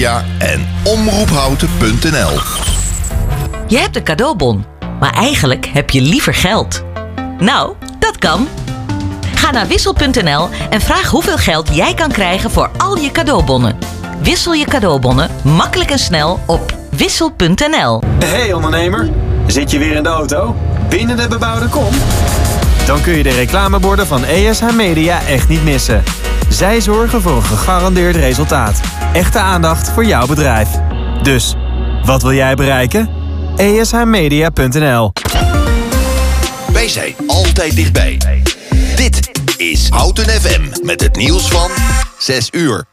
Media en omroephouten.nl. Je hebt een cadeaubon, maar eigenlijk heb je liever geld. Nou, dat kan. Ga naar wissel.nl en vraag hoeveel geld jij kan krijgen voor al je cadeaubonnen. Wissel je cadeaubonnen makkelijk en snel op wissel.nl. Hey ondernemer, zit je weer in de auto? Binnen de bebouwde kom? Dan kun je de reclameborden van ESH Media echt niet missen. Zij zorgen voor een gegarandeerd resultaat. Echte aandacht voor jouw bedrijf. Dus, wat wil jij bereiken? ESHmedia.nl. Wij zijn altijd dichtbij. Dit is Houten FM met het nieuws van 6 uur.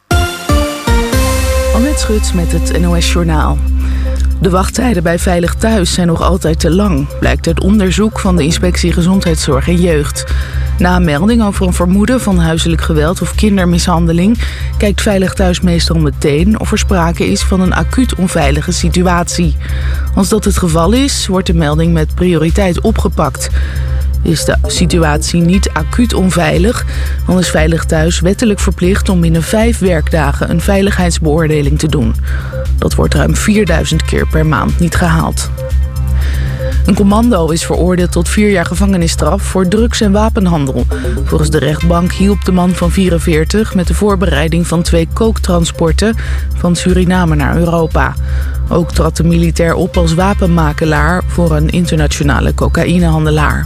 Annette Schut met het NOS Journaal. De wachttijden bij Veilig Thuis zijn nog altijd te lang, blijkt uit onderzoek van de Inspectie Gezondheidszorg en Jeugd. Na een melding over een vermoeden van huiselijk geweld of kindermishandeling kijkt Veilig Thuis meestal meteen of er sprake is van een acuut onveilige situatie. Als dat het geval is, wordt de melding met prioriteit opgepakt. Is de situatie niet acuut onveilig, dan is Veilig Thuis wettelijk verplicht om binnen 5 werkdagen een veiligheidsbeoordeling te doen. Dat wordt ruim 4000 keer per maand niet gehaald. Een commando is veroordeeld tot 4 jaar gevangenisstraf voor drugs- en wapenhandel. Volgens de rechtbank hielp de man van 44 met de voorbereiding van 2 kooktransporten van Suriname naar Europa. Ook trad de militair op als wapenmakelaar voor een internationale cocaïnehandelaar.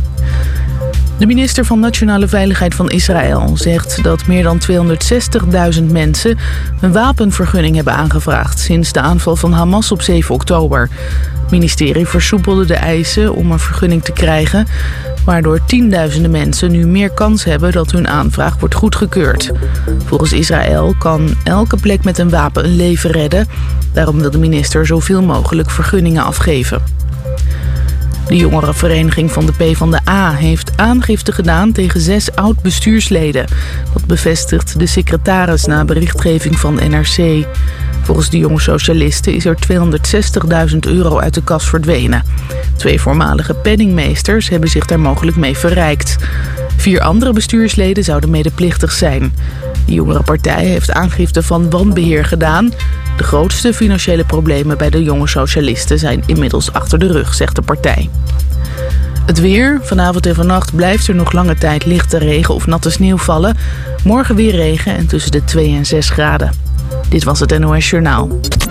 De minister van Nationale Veiligheid van Israël zegt dat meer dan 260.000 mensen een wapenvergunning hebben aangevraagd sinds de aanval van Hamas op 7 oktober. Het ministerie versoepelde de eisen om een vergunning te krijgen, waardoor tienduizenden mensen nu meer kans hebben dat hun aanvraag wordt goedgekeurd. Volgens Israël kan elke plek met een wapen een leven redden. Daarom wil de minister zoveel mogelijk vergunningen afgeven. De jongerenvereniging van de PvdA heeft aangifte gedaan tegen 6 oud-bestuursleden. Dat bevestigt de secretaris na berichtgeving van NRC. Volgens de jonge socialisten is er €260.000 uit de kas verdwenen. 2 voormalige penningmeesters hebben zich daar mogelijk mee verrijkt. 4 andere bestuursleden zouden medeplichtig zijn. De jongere partij heeft aangifte van wanbeheer gedaan. De grootste financiële problemen bij de jonge socialisten zijn inmiddels achter de rug, zegt de partij. Het weer. Vanavond en vannacht blijft er nog lange tijd lichte regen of natte sneeuw vallen. Morgen weer regen en tussen de 2 en 6 graden. Dit was het NOS Journaal.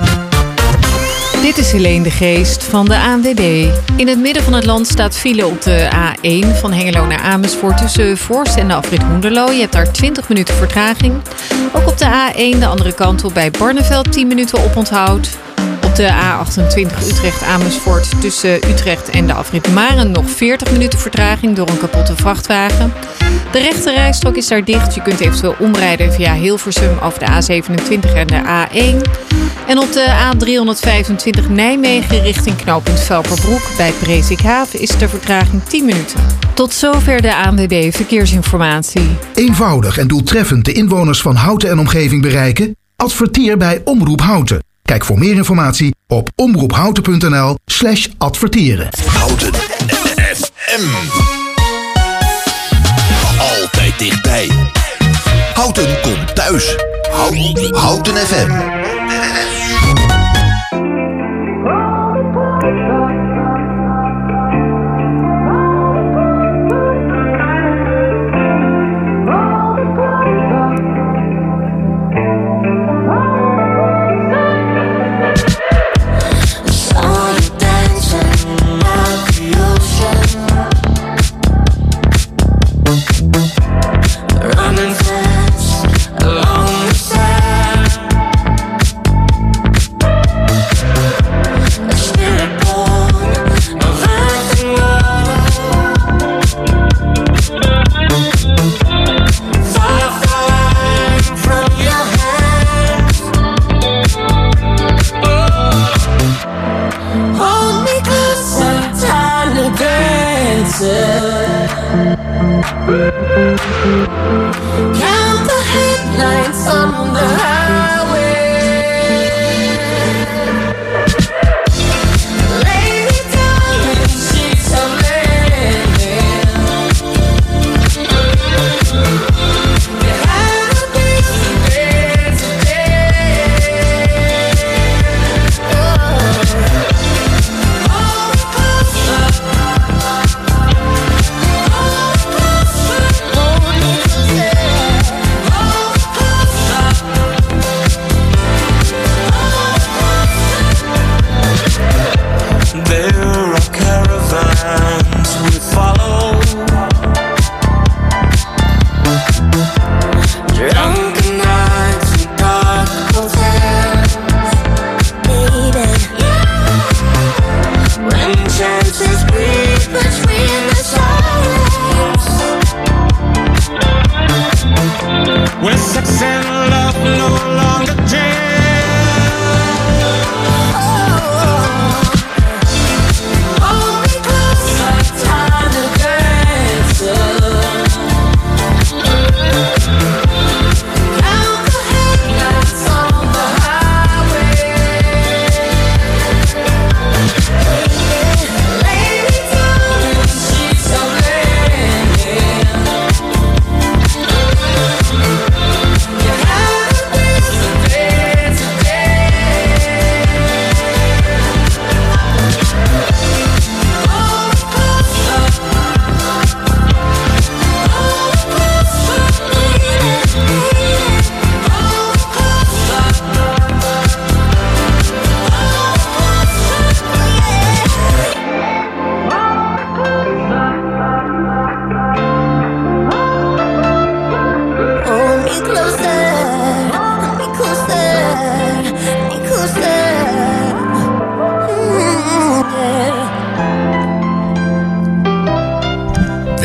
Dit is Helene de Geest van de ANWB. In het midden van het land staat file op de A1 van Hengelo naar Amersfoort tussen Voorst en de afrit Hoenderloo. Je hebt daar 20 minuten vertraging. Ook op de A1 de andere kant op bij Barneveld 10 minuten oponthoud. Op de A28 Utrecht-Amersfoort tussen Utrecht en de afrit Maren nog 40 minuten vertraging door een kapotte vrachtwagen. De rechte rijstrook is daar dicht. Je kunt eventueel omrijden via Hilversum over de A27 en de A1. En op de A325 Nijmegen richting knooppunt Velperbroek bij Presikhaven is de vertraging 10 minuten. Tot zover de ANWB Verkeersinformatie. Eenvoudig en doeltreffend de inwoners van Houten en omgeving bereiken? Adverteer bij Omroep Houten. Kijk voor meer informatie op omroephouten.nl/adverteren. Houten FM. Altijd dichtbij. Houten komt thuis. Houten FM. Count the headlights on the highway. Lay me down in sheets of linen. There had to be some bed today.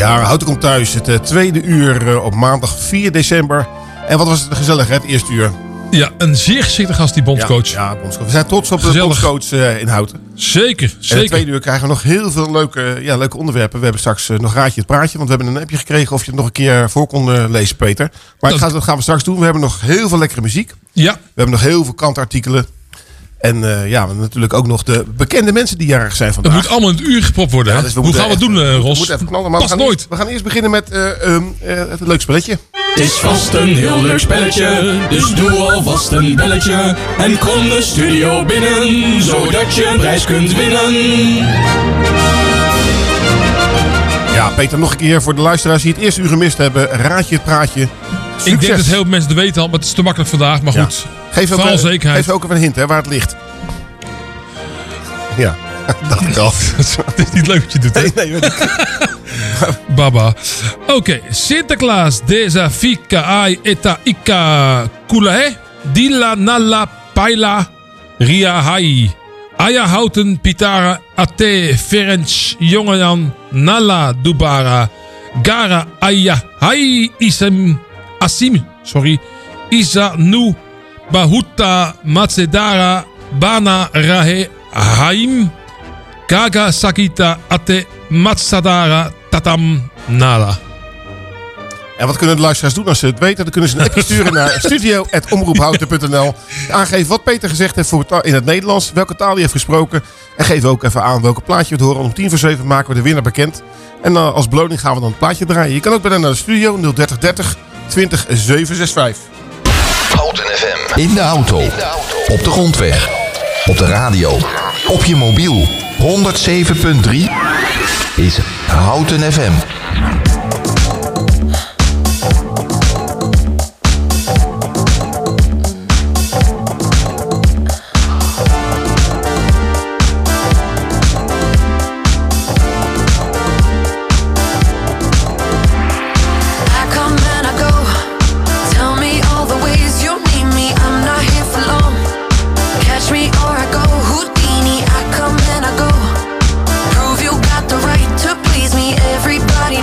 Ja, Houten komt thuis. Het tweede uur op maandag 4 december. En wat was het gezellig, hè, het eerste uur. Ja, een zeer geschikte gast, die bondscoach. Ja, bondscoach. We zijn trots op de bondscoach in Houten. Zeker. En in het tweede uur krijgen we nog heel veel leuke onderwerpen. We hebben straks nog Raadje het Praatje. Want we hebben een appje gekregen of je het nog een keer voor kon lezen, Peter. Maar dat gaan we straks doen. We hebben nog heel veel lekkere muziek. Ja. We hebben nog heel veel kantartikelen. En we hebben natuurlijk ook nog de bekende mensen die jarig zijn vandaag. Dat moet allemaal in het uur gepropt worden. Ja, hè? dus Hoe gaan we het doen, Ros? We moeten even knallen. Maar Past nooit. We gaan eerst beginnen met het leuk spelletje. Het is vast een heel leuk spelletje, dus doe alvast een belletje. En kom de studio binnen, zodat je een prijs kunt winnen. Ja, Peter, nog een keer voor de luisteraars die het eerste uur gemist hebben. Raadje het Praatje. Succes. Ik denk dat heel veel mensen het weten al, maar het is te makkelijk vandaag. Maar goed, vooral zekerheid. Geef ook even een hint, hè, waar het ligt. Ja, dacht ik al. Het is niet leuk wat je doet, hè? Nee, weet ik. Baba. Oké, Sinterklaas, desa fika ai eta ika kulahe, dila nala paila ria hai. Aya houten pitara ate ferenc jongejan nala dubara gara aya hai isem asim, isa nu bahuta matsedara bana rahe haim kaga sakita ate matsadara tatam nala. En wat kunnen de luisteraars doen als ze het weten? Dan kunnen ze een appje sturen naar studio@omroephouten.nl. Aangeven wat Peter gezegd heeft in het Nederlands. Welke taal hij heeft gesproken. En geef ook even aan welke plaatje we het horen. Om 7:10 maken we de winnaar bekend. En als beloning gaan we dan het plaatje draaien. Je kan ook bij naar de studio 030 30 20 765. Houten FM. In de auto. Op de grondweg. Op de radio. Op je mobiel. 107.3 is Houten FM. Everybody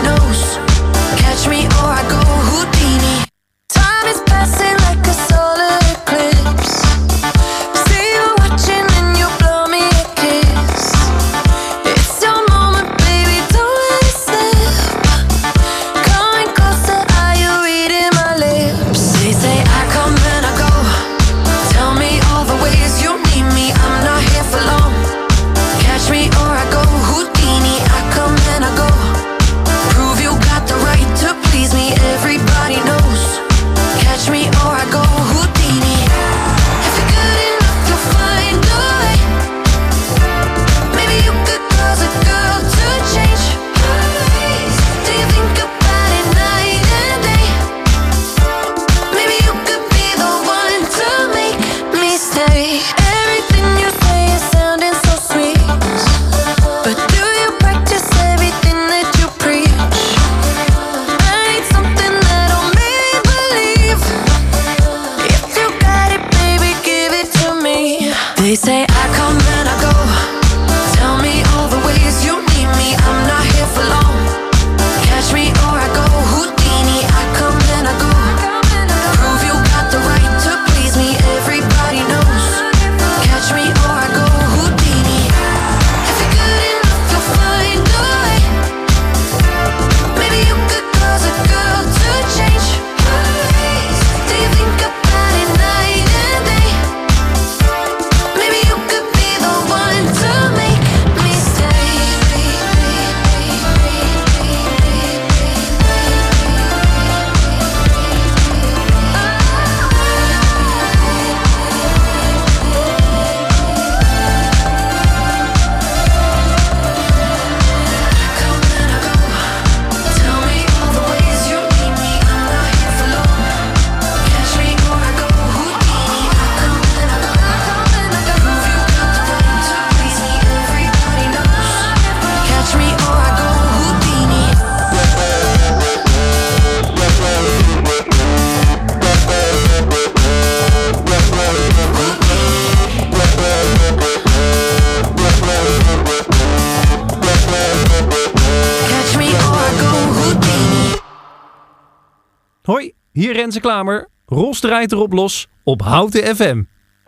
hier Renze Klamer. Ros draait erop los op Houten FM.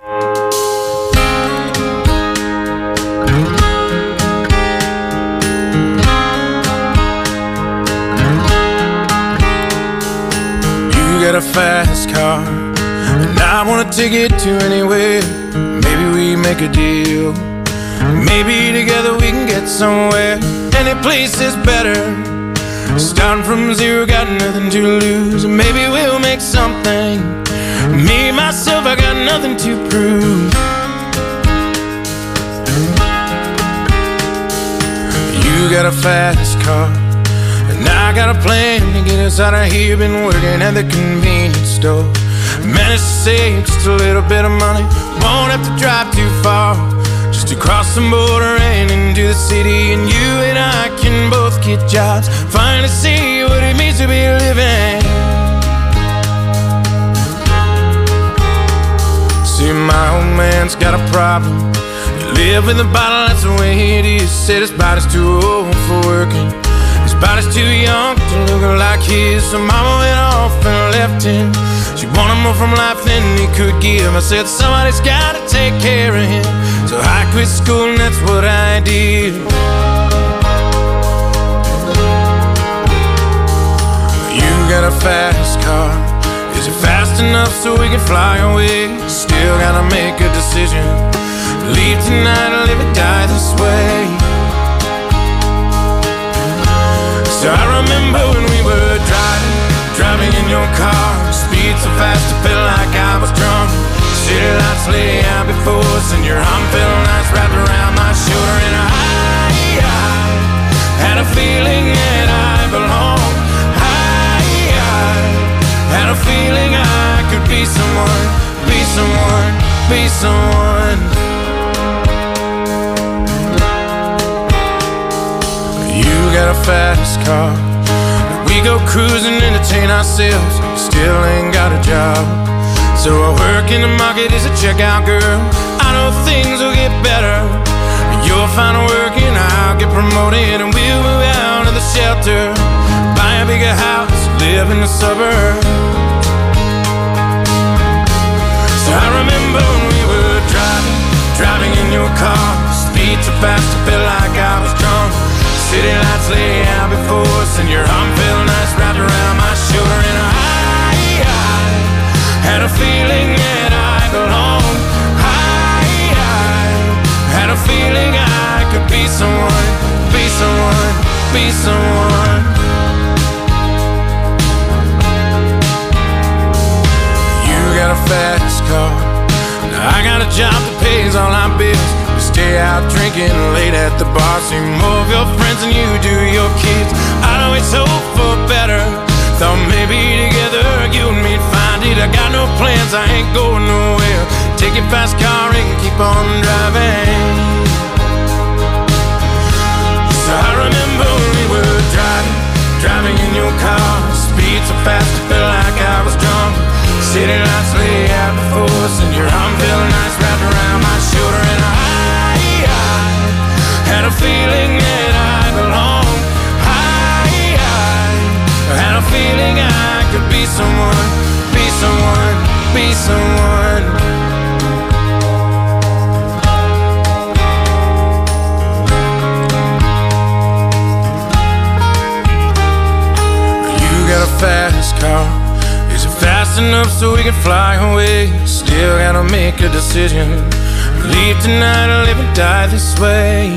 You got a fast car, and I wanna take it to anywhere. Maybe we make a deal. Maybe together we can get somewhere. Any place is better. Starting from zero, got nothing to lose. Maybe we'll make something. Me, myself, I got nothing to prove. You got a fast car, and I got a plan to get us out of here. Been working at the convenience store. Managed to save just a little bit of money. Won't have to drive too far, just to cross the border and into the city. And you and I can both get jobs, finally see what it means to be living. See, my old man's got a problem. You live in the bottle, that's the way it is. Said his body's too old for working, his body's too young to look like his. So mama went off and left him. She wanted more from life than he could give. I said somebody's gotta take care of him. So I quit school and that's what I did. You got a fast car. Is it fast enough so we can fly away? Still gotta make a decision. Leave tonight or live or die this way. So I remember when we were driving in your car. Speed so fast I felt like I was drunk. City lights lay out before us, and your arm felt nice wrapped around my shoulder. And I had a feeling that I belonged. I had a feeling I could be someone, be someone, be someone. You got a fast car. We go cruising, entertain ourselves. Still ain't got a job. So I work in the market as a checkout girl. I know things will get better. You'll find work and I'll get promoted, and we'll move out of the shelter, buy a bigger house, live in the suburbs. So I remember when we were driving in your car. Speed so fast I felt like I was drunk. City lights lay out before us, and your arm felt nice wrapped around my shoulder. And I had a feeling that I belonged. I had a feeling I could be someone, be someone, be someone. You got a fast car, I got a job that pays all our bills. We stay out drinking late at the bar, see more of your friends than you do your kids. I'd always hope for better. Thought maybe together you and me'd find it. I got no plans, I ain't going nowhere. Take your fast car and keep on driving. So I remember when we were driving in your car. Speed so fast I felt like I was drunk. City lights lay out before us, and your arm felt nice wrapped around my shoulder. And I had a feeling that I belonged. I had a feeling I could be someone, be someone, be someone. You got a fast car. Is it fast enough so we can fly away? Still gotta make a decision. Leave tonight or live and die this way.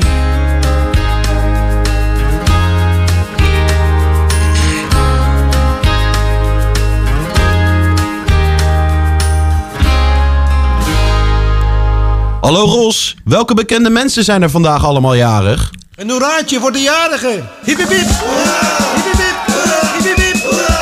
Hallo Ros, welke bekende mensen zijn er vandaag allemaal jarig? Een hoeraatje voor de jarigen. Hip hip hip. Hip hip hip. Hip hip hip.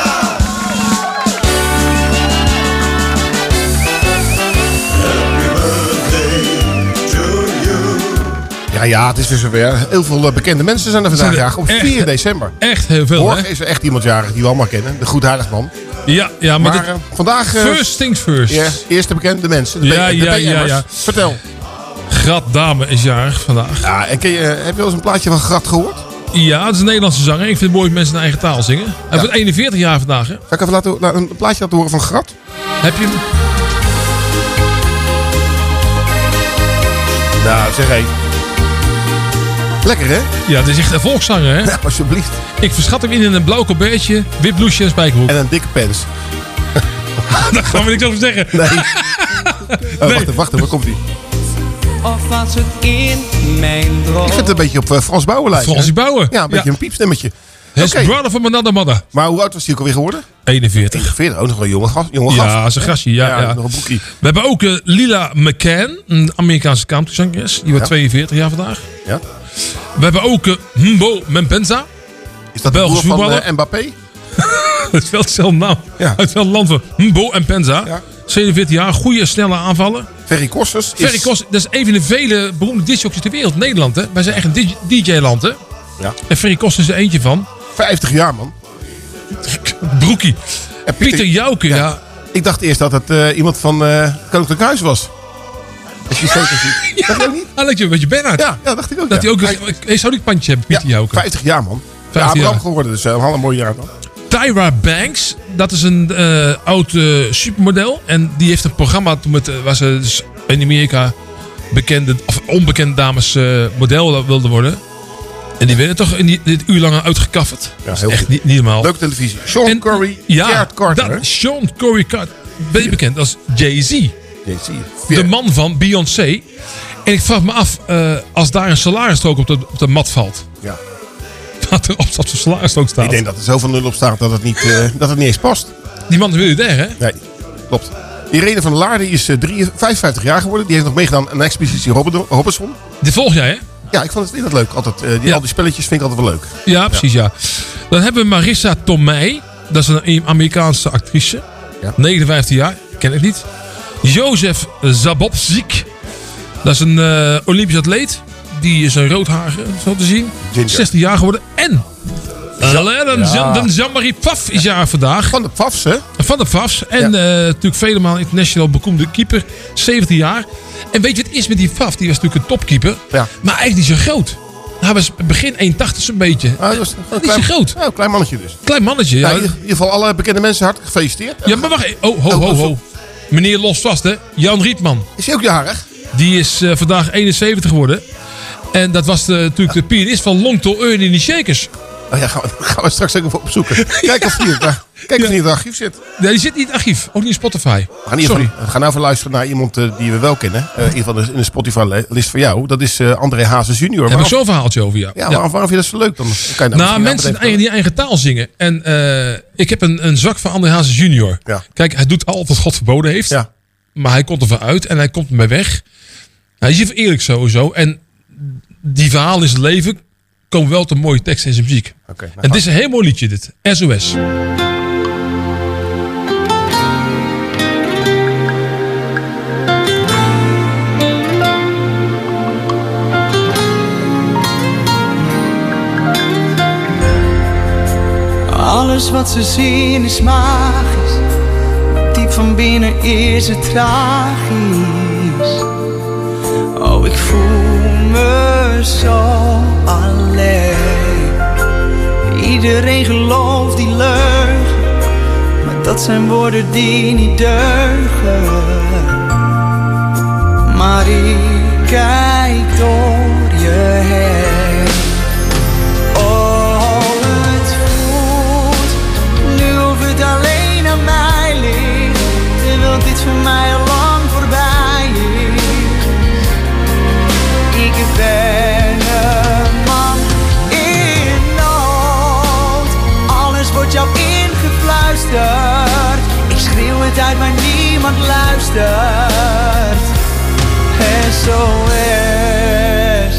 Ja, het is weer zover. Heel veel bekende mensen zijn er vandaag jarig. Op 4 december. Echt heel veel. Morgen is er echt iemand jarig die we allemaal kennen. De Goedheiligman. Ja, maar vandaag... first things first. Ja, eerste bekende mensen. Ja. Vertel. Grat Dame is jarig vandaag. Ja, en heb je wel eens een plaatje van Grat gehoord? Ja, het is een Nederlandse zanger. Ik vind het mooi dat mensen in eigen taal zingen. Hij wordt 41 jaar vandaag, hè? Zal ik even een plaatje laten horen van Grat? Heb je hem? Nou, zeg hé. Lekker, hè? Ja, het is echt een volkszanger, hè? Ja, alsjeblieft. Ik verschat hem in een blauw colbertje, wit blouseje en spijkerbroek. En een dikke pens. Daar gaan we niks over zeggen. Nee. Wacht, waar komt hij? Of was het in mijn droom? Ik vind het een beetje op Frans Bauer lijken. Frans Bauer? Ja, een beetje een piepstemmetje. His brother from another mother. Maar hoe oud was hij ook alweer geworden? 41. 41, ook nog wel een jonge gast. Ja, dat is een gastje. Ja. Nog een boekie. We hebben ook Lila McCann, een Amerikaanse countryzangeres. Die wordt 42 jaar vandaag. Ja. We hebben ook Mbo Mempensa. Is dat Belgisch de broer voetballer. van Mbappé? Dat is wel hetzelfde naam. Ja. Uit welk land van Mbo en Penza. Ja. 47 jaar, goede, snelle aanvallen. Ferry Kosters. Ferry Kosters, dat is een van de vele beroemde discjockeys ter wereld. Nederland, hè. Wij zijn echt een DJ-land, hè. Ja. En Ferry Kosters is er eentje van. 50 jaar, man. Broekie. En Pieter Jouke, ja. Ik dacht eerst dat het iemand van Koninklijk Huis was. Als je die foto ziet. Ja. Dacht je ook niet? Hij lijkt je een beetje Bernhard. Ja, dacht ik ook. Dat hij ook een saudikpandje heeft, Pieter Jouke. 50 jaar, man. 50 Abraham jaar. geworden, dus een hele mooie jaar dan. Tyra Banks, dat is een oud supermodel. En die heeft een programma toen met, waar ze dus in Amerika bekende of onbekende dames model wilde worden. En die werden toch in dit uur lang uitgekafferd. Ja, Dat is heel echt goed. niet normaal. Leuke televisie. Sean Curry, Gerard Carter. Sean Curry Carter. Ben je bekend als Jay-Z. Jay-Z. De man van Beyoncé. En ik vraag me af, als daar een salarisstrook op de mat valt. Ja. Wat er op dat salarisstrook staat. Ik denk dat er zoveel nul op staat dat het niet eens past. Die man is militair, hè? Nee, klopt. Irene van der Laar die is 55 jaar geworden. Die heeft nog meegedaan aan de expeditie Robinson. Die volg jij, hè? Ja, ik vind dat leuk. Altijd, al die spelletjes vind ik altijd wel leuk. Ja, precies, ja. Dan hebben we Marissa Tomei. Dat is een Amerikaanse actrice. Ja. 59 jaar. Ken ik niet. Jozef Zabobzik. Dat is een Olympisch atleet. Die is een roodhager, zo te zien. Ginger. 60 jaar geworden. En Jean-Marie Pfaff is jaar vandaag. Van de Pfaffs, hè? Van de Pfaffs. En natuurlijk vele malen international beroemde keeper. 17 jaar. En weet je wat het is met die Pfaff? Die was natuurlijk een topkeeper. Ja. Maar eigenlijk niet zo groot. Hij was begin 1,80 zo'n beetje. Dat was niet zo groot. Ja, een klein mannetje dus. Klein mannetje, ja. Nou, in ieder geval alle bekende mensen hartelijk gefeliciteerd. Ja, maar wacht. Ho. Meneer lost vast, hè. Jan Rietman. Is hij ook jarig? Die is vandaag 71 geworden. En dat was natuurlijk de pianist van Long to Earn in die Shakers. Oh ja, gaan we straks even opzoeken. Kijk of hij in het archief zit. Nee, die zit niet in het archief. Ook niet in Spotify. We gaan nou even luisteren naar iemand die we wel kennen. In ieder geval in de Spotify-list van jou. Dat is André Hazes junior. Heb ik zo'n verhaaltje over jou. Ja, waarom vind je dat zo leuk dan? Kan je nou, mensen die eigen taal zingen. En ik heb een zwak van André Hazes junior. Ja. Kijk, hij doet al wat God verboden heeft. Ja. Maar hij komt ervan uit en hij komt ermee weg. Hij is even eerlijk sowieso. En die verhalen in zijn leven komen wel tot mooie teksten in zijn muziek. Okay, en dit is een heel mooi liedje, dit. SOS. Alles wat ze zien is magisch, maar diep van binnen is het tragisch. Oh, ik voel me zo alleen. Iedereen gelooft die leugen, maar dat zijn woorden die niet deugen. Maar ik kijk door je heen. Oh, het voelt nu of het alleen aan mij ligt, terwijl dit voor mij al lang voorbij is. Ik ben een man in nood. Alles wordt jou ingefluisterd. Ik schreeuw het uit, maar niemand luistert. SOS.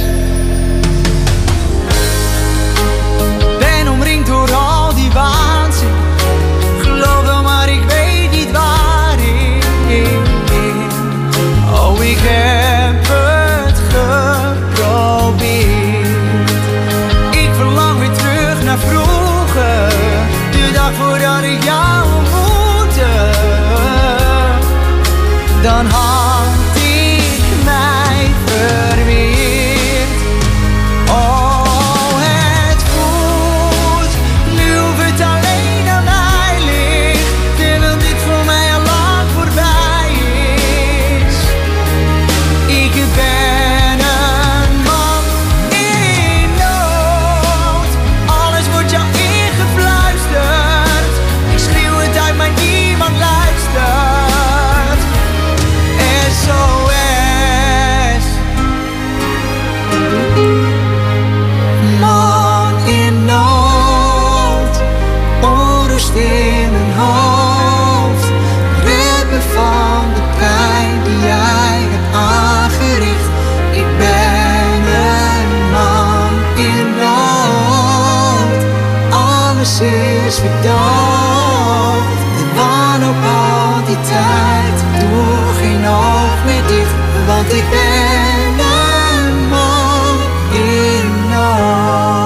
Ben omringd door al die waanzin. Geloof wel, maar ik weet niet waarin. Oh, ik heb het geprobeerd. Ik verlang weer terug naar vroeger. De dag voordat ik jou ontmoette. Dan had ik mij verweerd. Oh, het gedacht. Het was op al die tijd. Doe geen oog meer dicht, want ik ben een man in nacht.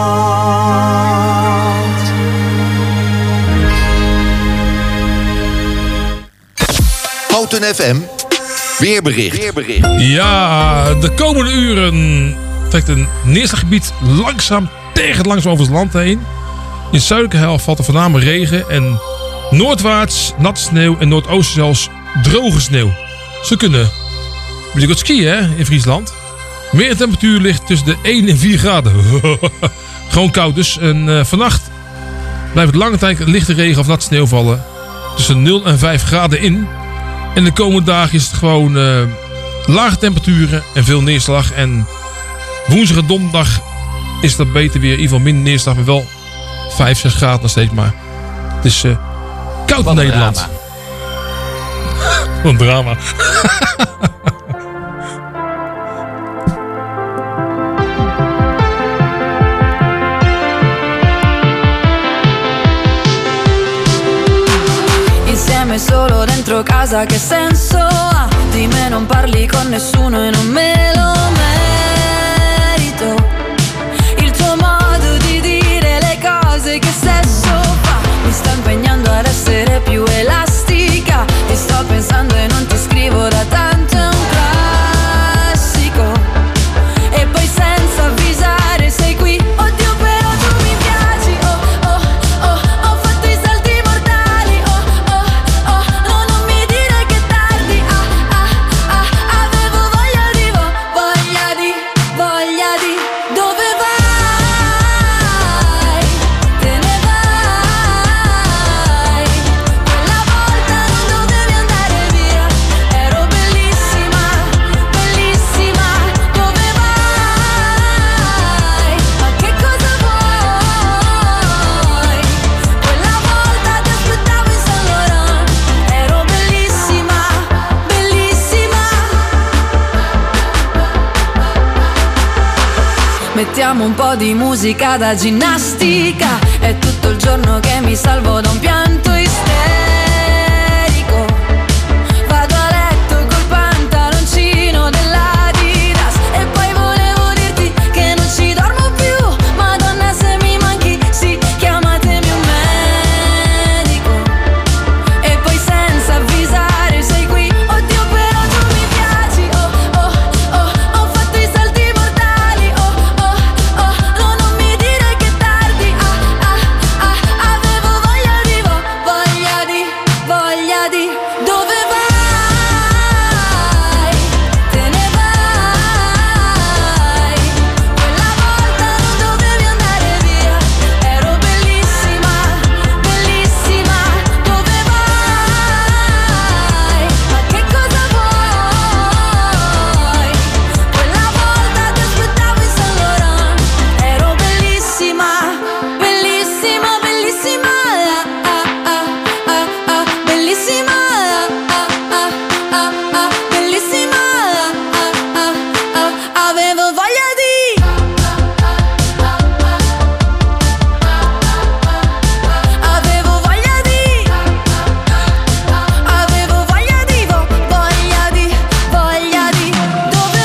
Houten FM, weerbericht. Ja, de komende uren trekt een neerslaggebied langzaam over het land heen. In de zuidelijke helft valt er voornamelijk regen en noordwaarts natte sneeuw en noordoosten zelfs droge sneeuw. Ze kunnen binnenkort skiën hè, in Friesland. Middagtemperatuur ligt tussen de 1 en 4 graden. Gewoon koud dus. En vannacht blijft het lange tijd lichte regen of natte sneeuw vallen. Tussen 0 en 5 graden in. En de komende dagen is het gewoon lage temperaturen en veel neerslag. En woensdag en donderdag is dat beter weer. In ieder geval minder neerslag, maar wel 5, 6 graden nog steeds. Maar het is koud in Nederland. Wat een drama. Insieme solo dentro casa, che senso ha? Di me non parli con nessuno e non me lo merito. Il tuo modo di dire le cose, che sesso fa? Mi sto impegnando ad essere più elastica e sto pensando e non ti scrivo da tanto, è un classico. E poi senza avvisare sei qui. Oddio però tu mi piaci, oh oh oh, ho fatto i salti mortali, oh oh oh, no non mi dire che tardi, ah ah ah, avevo voglia di dove vai? Te ne vai, quella volta non dovevi andare via, ero bellissima, bellissima, dove vai? Ma che cosa vuoi? Quella volta ti aspettavo in Saint Laurent, ero bellissima, bellissima. Mettiamo un po' di musica da ginnastica, è tutto il giorno che mi salvo da un pianto isterico. Vado a letto col pantaloncino dell'Adidas e poi volevo dirti che non ci dormo più. Madonna se mi manchi, sì, chiamatemi un medico. E poi senza avvisare sei qui. Oddio però tu mi piaci, oh oh oh, ho fatto i salti mortali, oh oh oh, no non mi dire che tardi, ah ah ah, avevo voglia di dove vai? Te ne vai, quella volta non dovevi andare via, ero bellissima, bellissima, dove vai? Ma che cosa vuoi? Quella volta ti aspettavo in Saint Laurent, ero bellissima, bellissima, bellissima, ah ah ah ah, bellissima, ah ah ah ah, bellissima, ah ah ah, avevo voglia di dove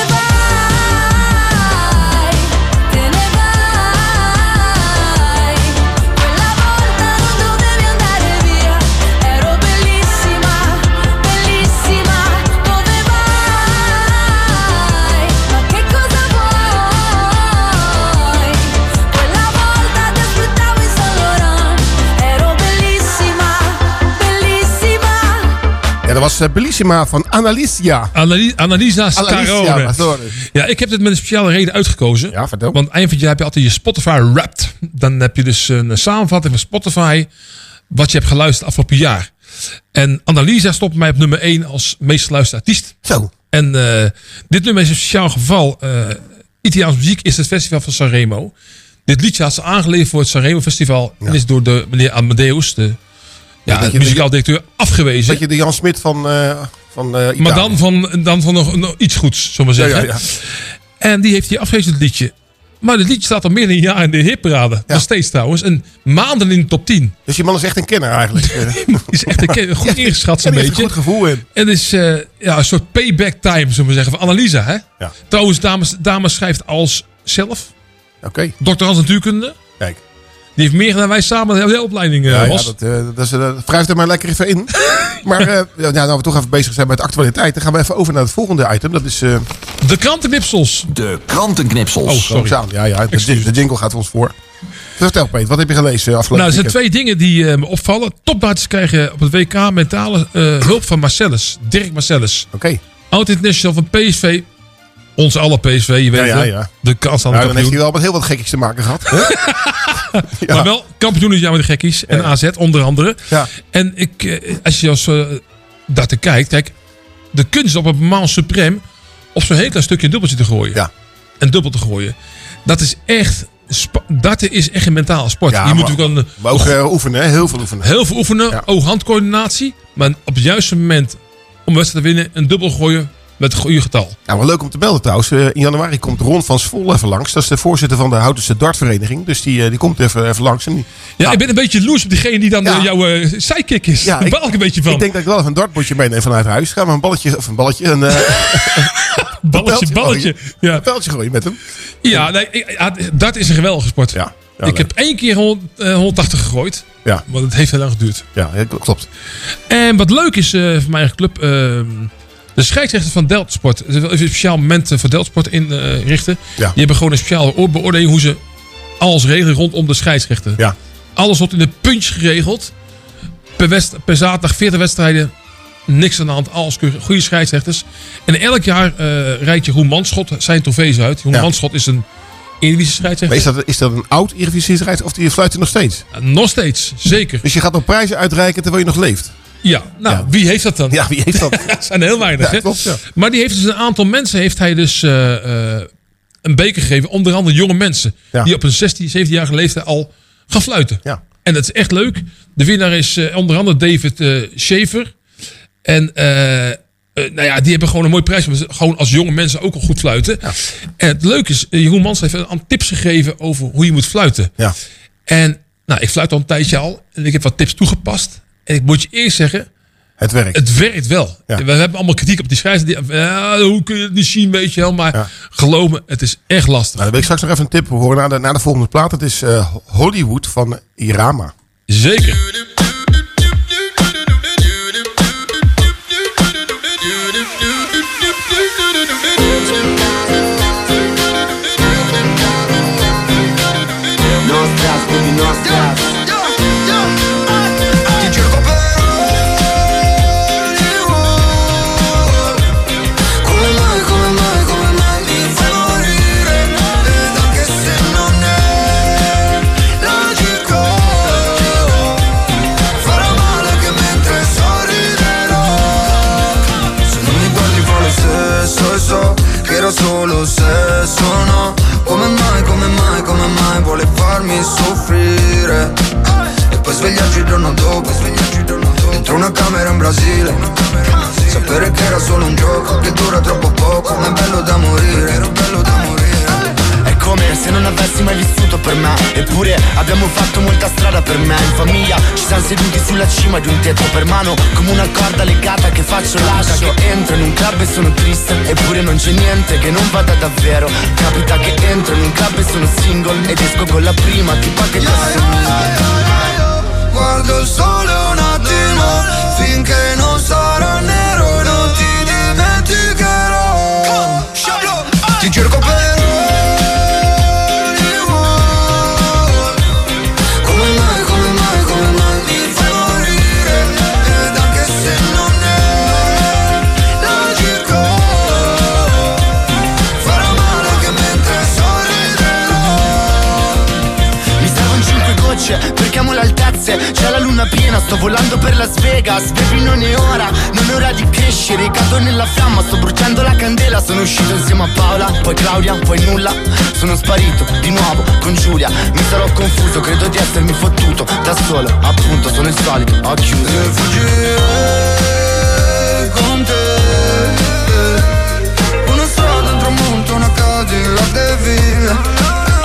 vai? Te ne vai, quella volta non dovevi andare via, ero bellissima, bellissima, dove vai? Ma che cosa vuoi? Quella volta ti aspettavo in Saint Laurent, ero bellissima, bellissima. Ja, dat was Bellissima van Annalisa. Annalisa Scarone. sorry. Ja, ik heb dit met een speciale reden uitgekozen. Ja, vertel. Want eind van het jaar heb je altijd je Spotify Wrapped. Dan heb je dus een samenvatting van Spotify wat je hebt geluisterd afgelopen jaar. En Annalisa stopt mij op nummer 1 als meest geluisterde artiest. Zo. En dit nummer is een speciaal geval. Italiaans muziek is het festival van Sanremo. Dit liedje had ze aangeleverd voor het Sanremo Festival. En is door de meneer Amadeus, de muzikaal directeur, afgewezen. Dat je de Jan Smit van Italië. Maar dan van nog iets goeds, zullen we zeggen. Ja. En die heeft hier afgewezen het liedje. Maar dit liedje staat al meer dan een jaar in de hitparade. Nog steeds trouwens. En maanden in de top 10. Dus die man is echt een kenner eigenlijk. Is echt een kenner. Goed ingeschat zo'n beetje. Er een goed gevoel in. En het is een soort payback time, zullen we zeggen, van Annalisa. Hè? Ja. Trouwens, dames schrijft als zelf. Oké. Doctorand natuurkunde. Kijk. Die heeft meer gedaan dan wij samen de hele opleiding was. Dat wrijft er maar lekker even in. Maar nou we toch even bezig zijn met de actualiteit. Dan gaan we even over naar het volgende item. Dat is... de krantenknipsels. De krantenknipsels. Oh, sorry. Ja, de jingle gaat ons voor. Vertel Peter, wat heb je gelezen afgelopen Nou, er zijn 2 dingen die me opvallen. Topdarters krijgen op het WK mentale hulp van Marcellus. Dirk Marcellus. Oké. Oud-international van PSV. Onze alle PSV, je weet het. De kans aan de kampioen. Dan heeft hij wel met heel wat gekkies te maken gehad. Ja. Maar wel kampioen is met de gekkies. En AZ onder andere. Ja. En als je als daartoe kijkt. Kijk, de kunst op een moment supreme op zo'n heel klein stukje een dubbeltje te gooien. Ja. Een dubbel te gooien. Dat is echt... Dat is echt een mentale sport. Ja, je moet natuurlijk maar ook oefenen, heel veel oefenen. Heel veel oefenen, Ja. oog-handcoördinatie. Maar op het juiste moment om wedstrijd te winnen, een dubbel gooien met een goede getal. Nou, wel leuk om te melden trouwens. In januari komt Ron van Svol even langs. Dat is de voorzitter van de Houtense Dartvereniging. Dus die komt even langs. En ik ben een beetje loes op diegene die dan jouw sidekick is. Daar baal ik een beetje van. Ik denk dat ik wel even een dartbordje meeneem vanuit huis. Gaan we een balletje. Balletje. Ja. Een pijltje gooien met hem. Ja, dat is een geweldige sport. Ja, ik heb 1 keer 180 gegooid. Ja. Maar het heeft heel lang geduurd. Ja, klopt. En wat leuk is voor mijn eigen club... de scheidsrechter van Deltasport. Er is een speciaal moment voor Deltasport inrichten. Die hebben gewoon een speciale beoordeling hoe ze alles regelen rondom de scheidsrechter. Ja. Alles wordt in de punch geregeld. Per zaterdag 40 wedstrijden. Niks aan de hand. Alles goede scheidsrechters. En elk jaar rijdt Jeroen Manschot zijn trofees uit. Jeroen Manschot is een Eredivisie scheidsrechter. Maar is dat een oud Eredivisie scheidsrechter of die fluit er nog steeds? Nog steeds, zeker. Dus je gaat nog prijzen uitreiken terwijl je nog leeft? Ja, wie heeft dat dan? Ja, wie heeft dat? Het zijn heel weinig. Ja, klopt, ja. Maar die heeft dus een aantal mensen heeft hij dus een beker gegeven. Onder andere jonge mensen. Die op een 16, 17-jarige leeftijd al gaan fluiten. Ja. En dat is echt leuk. De winnaar is onder andere David Schaefer. En die hebben gewoon een mooie prijs. Maar gewoon als jonge mensen ook al goed fluiten. Ja. En het leuke is, Jeroen Mans heeft aan tips gegeven over hoe je moet fluiten. Ja. En ik fluit al een tijdje al. En ik heb wat tips toegepast. En ik moet je eerst zeggen... Het werkt. Het werkt wel. Ja. We hebben allemaal kritiek op die scheidsrechter. Hoe kun je het niet zien, weet je wel. Maar geloof me, het is echt lastig. Nou, dan wil ik straks nog even een tip horen na de volgende plaat. Het is Hollywood van Irama. Zeker. Solo sesso, no. Come mai vuole farmi soffrire e poi svegliarci il giorno dopo dentro una camera in Brasile. Sapere che era solo un gioco che dura troppo poco, ma è bello da morire, È come se non avessi mai vissuto per me. Eppure abbiamo fatto molta strada per me. In famiglia ci siamo seduti sulla cima di un tetto per mano, come una corda legata che faccio lascia. Che entro in un club e sono triste, eppure non c'è niente che non vada davvero. Capita che entro in un club e sono single ed esco con la prima tipa che ti assomiglia. Guardo il sole un attimo finché non sarà nero e non ti dimenticherò. Ti cerco per perché amo le altezze, c'è la luna piena, sto volando per Las Vegas. Baby non è ora di crescere, cado nella fiamma, sto bruciando la candela. Sono uscito insieme a Paola, poi Claudia, poi nulla. Sono sparito di nuovo con Giulia. Mi sarò confuso, credo di essermi fottuto da solo, appunto sono il solito, ho chiuso. E fuggire con te, una strada, un tramonto, una Cadillac de ville.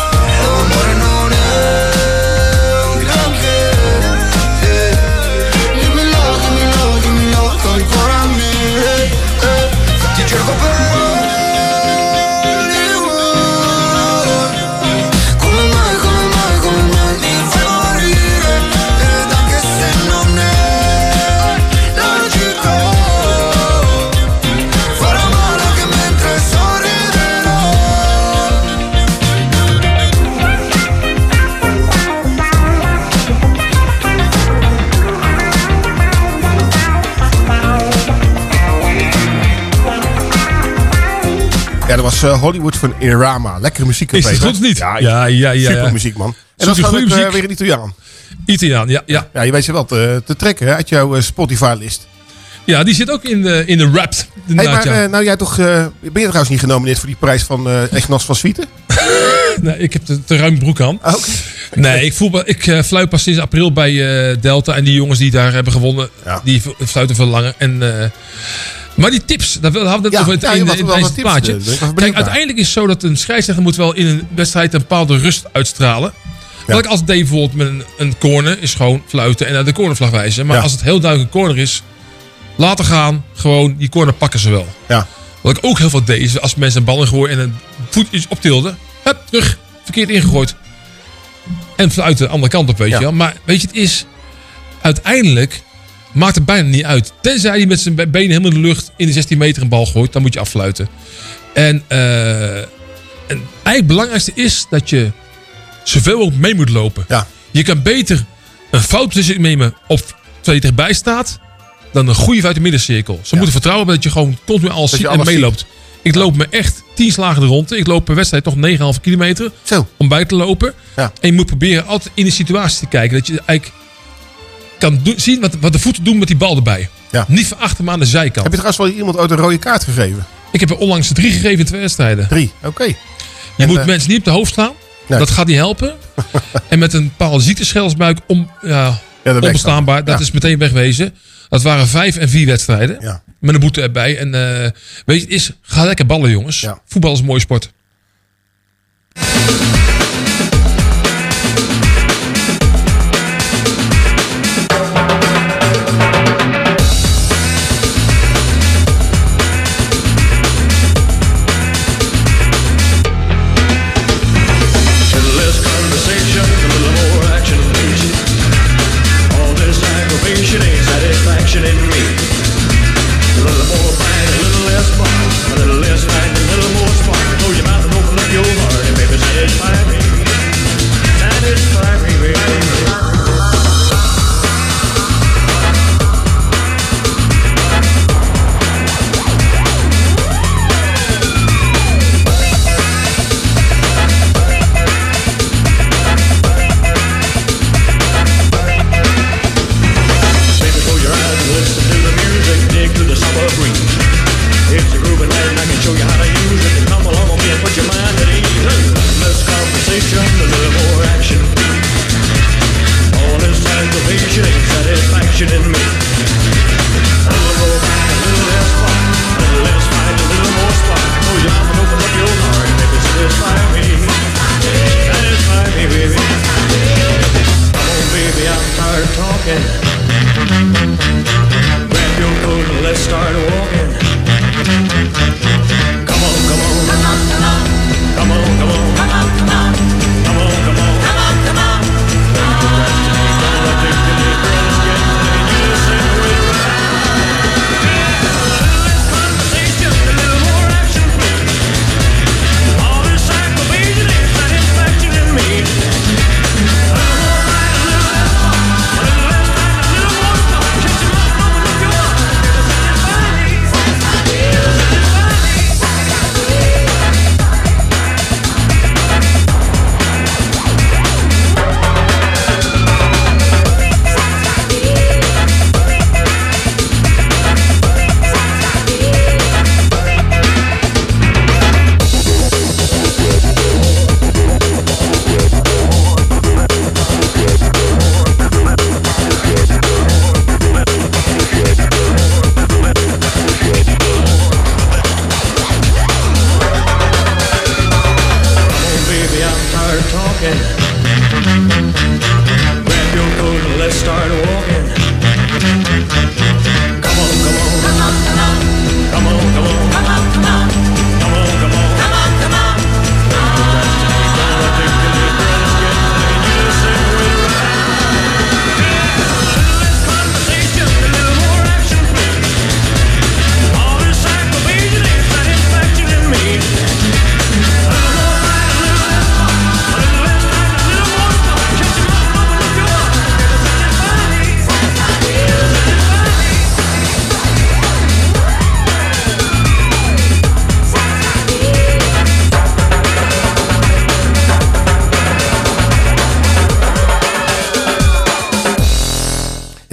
Ja, dat was Hollywood van Irama. Lekkere muziek. Is het goed of niet? Ja. Super muziek, man. En dat is goede muziek. Weer een Italiaan. Italiaan, ja. Ja, je weet ze wel te trekken hè, uit jouw Spotify-list. Ja, die zit ook in de rap. Nou jij toch, ben je trouwens niet genomineerd voor die prijs van Egnos van Swieten? Nee, ik heb te ruim broek aan. Okay. Nee, ik fluit pas sinds april bij Delta. En die jongens die daar hebben gewonnen, die fluiten veel langer. Maar die tips, daar hadden we het over in het plaatje. Kijk, uiteindelijk is het zo dat een scheidsrechter moet wel in een wedstrijd een bepaalde rust uitstralen. Wat ik altijd deed bijvoorbeeld met een corner, is gewoon fluiten en naar de cornervlag wijzen. Maar als het heel duidelijk een corner is, laten gaan, gewoon die corner pakken ze wel. Ja. Wat ik ook heel veel deed, is als mensen een bal ingooien en een voet iets optilden, hup, terug, verkeerd ingegooid. En fluiten de andere kant op, weet je wel. Maar weet je, het is uiteindelijk maakt het bijna niet uit. Tenzij hij met zijn benen helemaal in de lucht in de 16 meter een bal gooit, dan moet je affluiten. En eigenlijk het belangrijkste is dat je zoveel mogelijk mee moet lopen. Ja. Je kan beter een foutbeslissing nemen op terwijl je erbij staat, dan een goede fout in de middencirkel. Ze moeten vertrouwen hebben dat je gewoon continu alles ziet en meeloopt. Ik loop me echt 10 slagen de ronde. Ik loop per wedstrijd toch 9,5 kilometer om bij te lopen. Ja. En je moet proberen altijd in de situatie te kijken. Dat je eigenlijk kan zien wat de voeten doen met die bal erbij. Ja. Niet van achter, maar aan de zijkant. Heb je trouwens wel iemand uit een rode kaart gegeven? Ik heb er onlangs 3 gegeven in 2 wedstrijden. 3, oké. Je moet mensen niet op de hoofd slaan. Nee. Dat gaat niet helpen. En met een bepaalde ziekteschelsbuik onbestaanbaar. Dat is meteen wegwezen. Dat waren 5 en 4 wedstrijden. Ja. Met een boete erbij. En weet je, ga lekker ballen, jongens. Ja. Voetbal is een mooie sport.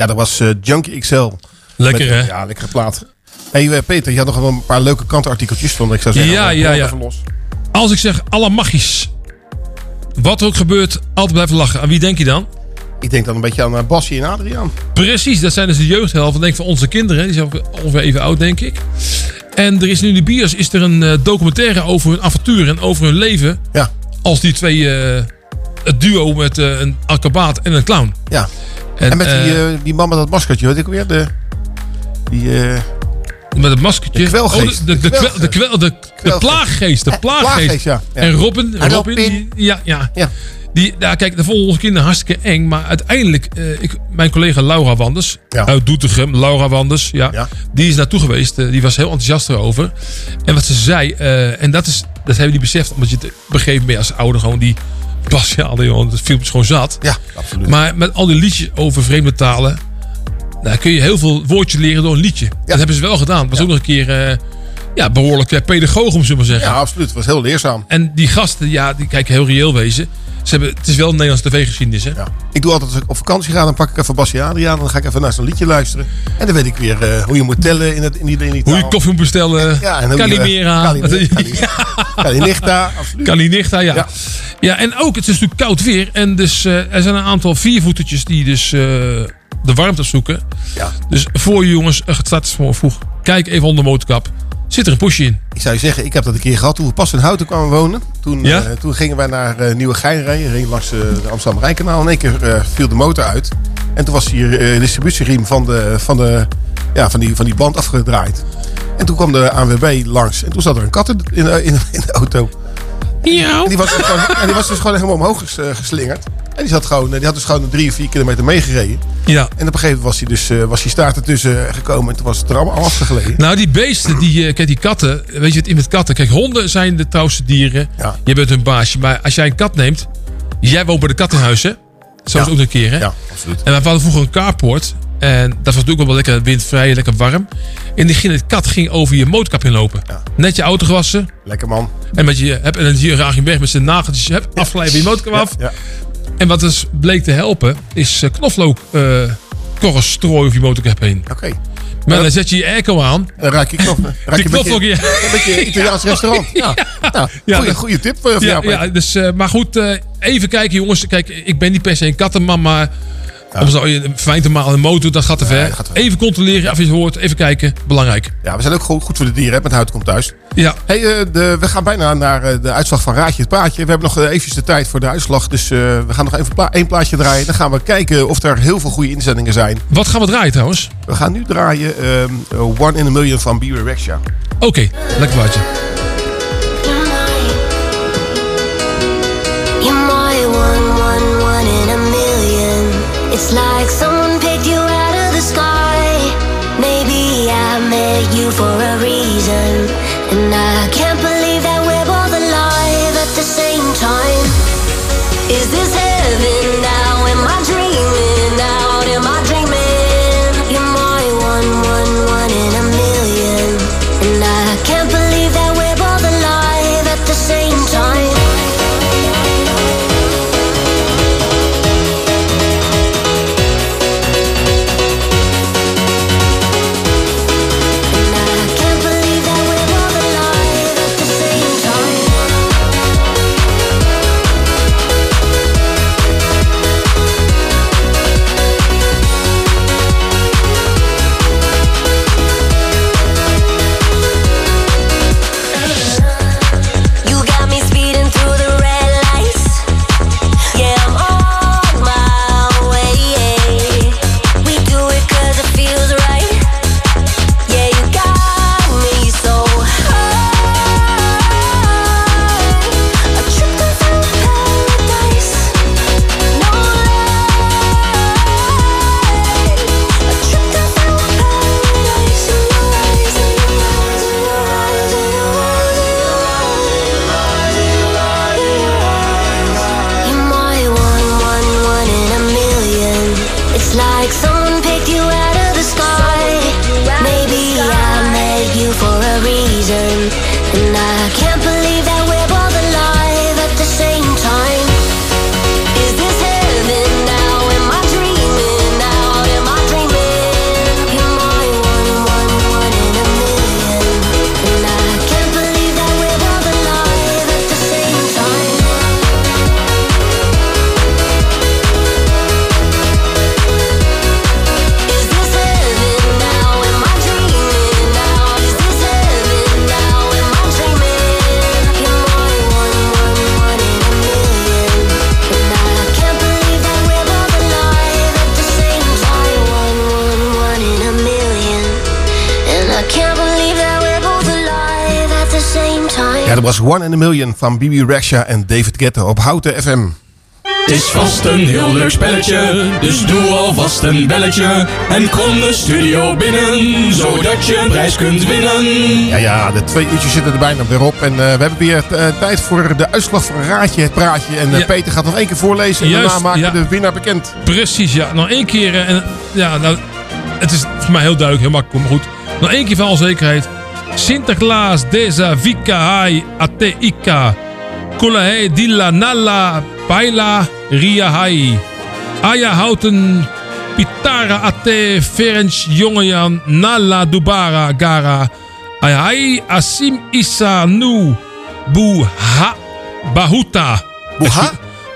Ja, dat was Junkie XL. Lekker, hè? Ja, lekkere plaat. Hey Peter, je had nog wel een paar leuke kantartikeltjes van. Ik zou zeggen, Ja. even los. Als ik zeg alle magisch. Wat er ook gebeurt, altijd blijven lachen. Aan wie denk je dan? Ik denk dan een beetje aan Bassie en Adriaan. Precies, dat zijn dus de jeugdhelden denk ik, van onze kinderen. Die zijn ongeveer even oud, denk ik. En er is nu in de bios is er een documentaire over hun avontuur en over hun leven. Ja. Als die twee, het duo met een acrobaat en een clown. Ja. En met die man met dat maskertje, weet ik weer? Met het maskertje. De kwelgeest. De plaaggeest. De plaaggeest. Ja. En Robin. Ja. Kijk, dat vonden onze kinderen hartstikke eng. Maar uiteindelijk, mijn collega Laura Wanders uit Doetinchem, die is naartoe geweest. Die was heel enthousiast erover. En wat ze zei, en dat hebben we niet beseft, omdat je het begreep mee als ouder gewoon die Bastiaan, joh, dat filmpje gewoon zat. Ja, absoluut. Maar met al die liedjes over vreemde talen, daar kun je heel veel woordjes leren door een liedje. Dat hebben ze wel gedaan. Het was ook nog een keer behoorlijk pedagoog, om zo maar zeggen. Ja, absoluut. Het was heel leerzaam. En die gasten, die kijken heel reëel wezen. Het is wel een Nederlandse tv-geschiedenis, hè? Ja. Ik doe altijd, als ik op vakantie ga, dan pak ik even Bassie Adriaan. Dan ga ik even naar zo'n liedje luisteren. En dan weet ik weer hoe je moet tellen in die taal. Hoe je koffie moet bestellen. Ja, en Calimera. Kalinichta, absoluut. Kalinichta, ja. Ja, en ook, het is natuurlijk koud weer. En dus er zijn een aantal viervoetertjes die dus de warmte opzoeken. Ja. Dus voor je jongens, het staat voor vroeg. Kijk even onder de motorkap. Zit er een pushje in? Ik zou je zeggen, ik heb dat een keer gehad toen we pas in Houten kwamen wonen. Toen gingen wij naar Nieuwegein rijden langs de Amsterdam-Rijnkanaal. In één keer viel de motor uit. En toen was hier de distributieriem van die band afgedraaid. En toen kwam de ANWB langs. En toen zat er een kat in de auto. Ja. En die was dus gewoon helemaal omhoog geslingerd. En die had dus gewoon 3 of 4 kilometer meegereden. Ja. En op een gegeven moment was die staart ertussen gekomen. En toen was het er allemaal afgelegen. Nou, die beesten, kijk, die katten. Weet je wat in met katten? Kijk, honden zijn de trouwste dieren. Ja. Je bent hun baasje. Maar als jij een kat neemt. Jij woont bij de kat in huis, hè? Zo is het ook een keer, hè? Ja, absoluut. En we hadden vroeger een carport. En dat was natuurlijk ook wel lekker windvrij, lekker warm. En de kat ging over je motorkap inlopen. Ja. Net je auto gewassen. Lekker man. En dan zie je Rachim weg met zijn nageltjes afgeleid van je motorkap af. Ja. En wat dus bleek te helpen, is knoflook korrels strooien over je motorkap heen. Oké. Maar dan zet je je airco aan. En dan raak je knoflook. Een beetje Italiaans restaurant. Ja. Goeie tip voor jou. Ja, dus, maar goed, even kijken jongens. Kijk, ik ben niet per se een kattenman, maar om zo fijn te malen, een motor, dat gaat te ver. Even controleren of je het hoort, even kijken, belangrijk. Ja, we zijn ook goed voor de dieren, met Hout komt thuis. Ja. Hey, we gaan bijna naar de uitslag van Raadje het Plaatje. We hebben nog eventjes de tijd voor de uitslag, dus we gaan nog even één plaatje draaien. Dan gaan we kijken of er heel veel goede inzendingen zijn. Wat gaan we draaien trouwens? We gaan nu draaien One in a Million van B. Rexha. Oké, lekker plaatje. It's like someone picked you out of the sky. Maybe I met you for a reason. And I can't believe that we're both alive at the same time. Is this heaven now? Am I dreaming out? Am I dreaming? You're my one in a million. And I can't believe that we're both alive at the same time. was One in a Million van Bibi Rexha en David Guetta op Houten FM. Het is vast een heel leuk spelletje, dus doe alvast een belletje. En kom de studio binnen, zodat je een prijs kunt winnen. Ja, de 2 uurtjes zitten er bijna weer op. En we hebben weer tijd voor de uitslag van Raadje, het praatje. En Peter gaat nog 1 keer voorlezen en daarna maken we de winnaar bekend. Precies, ja. Nog 1 keer. Het is voor mij heel duidelijk, heel makkelijk, maar goed. Nog 1 keer van alle zekerheid. Sinterklaas desa vika hai ate ika. Kulahe dilla nalla paila ria hai. Aya houten pitara ate ferenc jongejan nalla dubara gara. Ayai asim isa nu buha bahuta. Buha?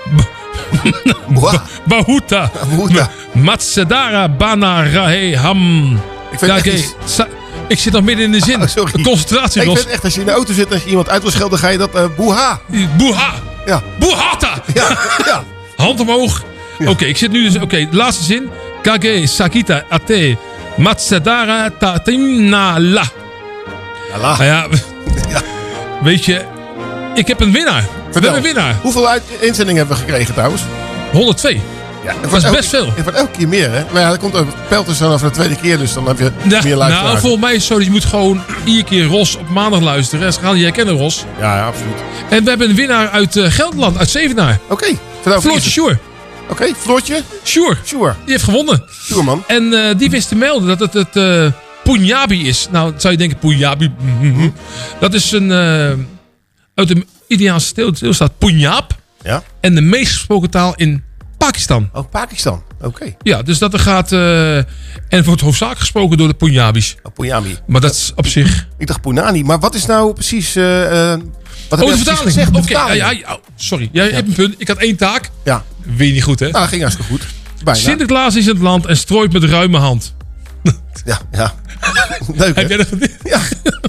Bahuta. Matsedara bana rahe ham. Ik zit nog midden in de zin. Concentratie. Ik vind echt, als je in de auto zit en als je iemand uit wil schelden, ga je dat boeha. Boeha. Ja. Boehata. Ja. Hand omhoog. Ja. Oké, ik zit nu dus. Oké, de laatste zin. Kage sakita ate matsedara tatimnala. Nou ja. Weet je, ik heb een winnaar. We hebben een winnaar. Hoeveel inzendingen hebben we gekregen trouwens? 102. Ja, dat is best veel. Het wordt elke keer meer, hè? Maar ja, er komt een pelters dan voor de tweede keer, dus dan heb je meer luisteraars. Nou, volgens mij is het zo, je moet gewoon iedere keer Ros op maandag luisteren. Ze gaan je herkennen, Ros. Ja, absoluut. En we hebben een winnaar uit Gelderland, uit Zevenaar. Oké. Floortje Sjoer. Oké, Floortje? Sjoer. Die heeft gewonnen. Sjoer, man. En die wist te melden dat het Punjabi is. Nou, zou je denken, Punjabi. Dat is een uit de Indiaanse deelstaat Punjab. Ja. En de meest gesproken taal in Pakistan. Oh, Pakistan. Oké. Ja, dus dat er gaat... en wordt hoofdzakelijk gesproken door de Punjabis. Oh, Punjabi. Maar dat is op zich... Ik dacht Punani, maar wat is nou precies... wat heb je precies gezegd? Oké, sorry. Jij hebt een punt. Ik had 1 taak. Ja. Weet je niet goed, hè? Nou, ging hartstikke goed. Bijna. Sinterklaas is in het land en strooit met ruime hand. Ja. Leuk, hè? Heb jij dat gedaan? Ja.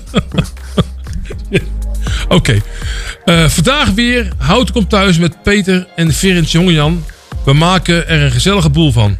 Oké. Vandaag weer Houten komt thuis met Peter en Ferenc Jongejan. We maken er een gezellige boel van.